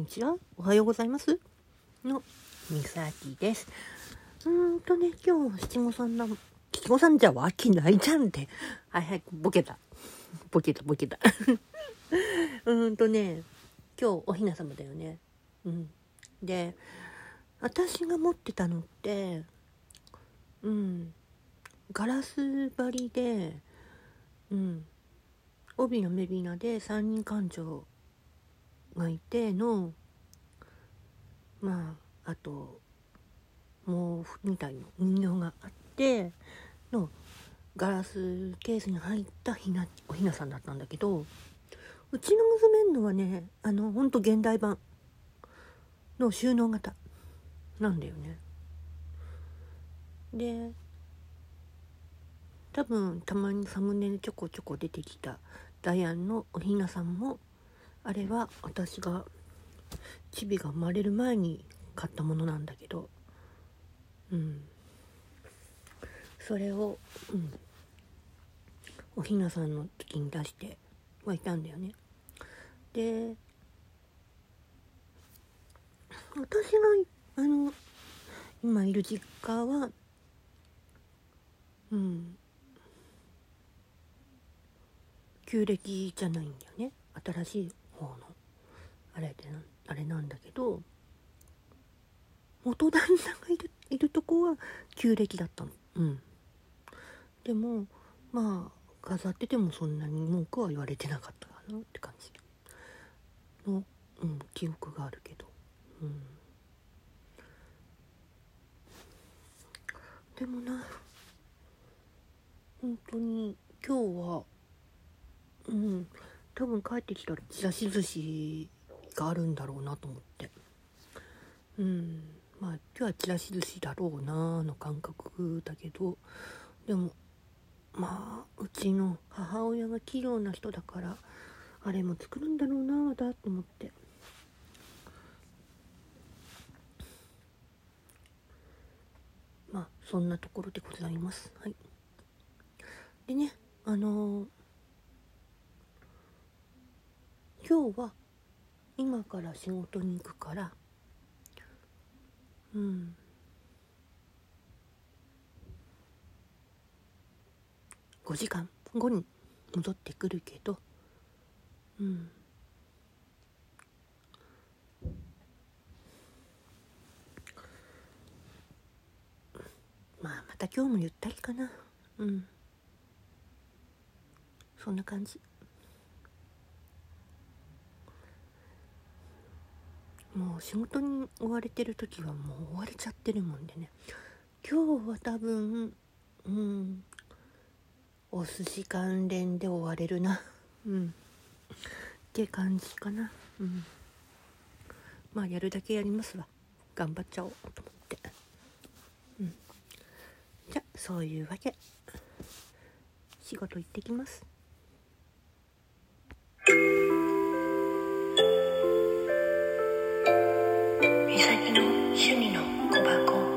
ちは、おはようございますのみさきです。今日七五三じゃわけないじゃんって。はいボケた今日おひな様だよね。で、私が持ってたのってガラス張りで帯の目びなで三人官庁がいての、あと毛布みたいな人形があってのガラスケースに入ったおひなさんだったんだけど、うちの娘のはね、ほんと現代版の収納型なんだよね。で、多分たまにサムネでちょこちょこ出てきたダイアンのおひなさんも、あれは私がチビが生まれる前に買ったものなんだけど、それを、おひなさんの時に出してはいたんだよね。で、私が今いる実家は旧暦じゃないんだよね。新しい方のあれなんだけど、元旦那がいるとこは旧暦だったの。でも飾っててもそんなに文句は言われてなかったかなって感じの、記憶があるけど、でもな、本当に今日は多分帰ってきたらちらし寿司があるんだろうなと思って、今日はちらし寿司だろうなの感覚だけど、でもうちの母親が器用な人だからあれも作るんだろうなまたと思って、そんなところでございます。はい。でね、今日は今から仕事に行くから5時間後に戻ってくるけど、また今日もゆったりかな。そんな感じ。もう仕事に追われてる時はもう追われちゃってるもんでね、今日は多分お寿司関連で追われるなって感じかな。やるだけやりますわ。頑張っちゃおうと思って。じゃそういうわけ、仕事行ってきます。みさきの趣味の小箱。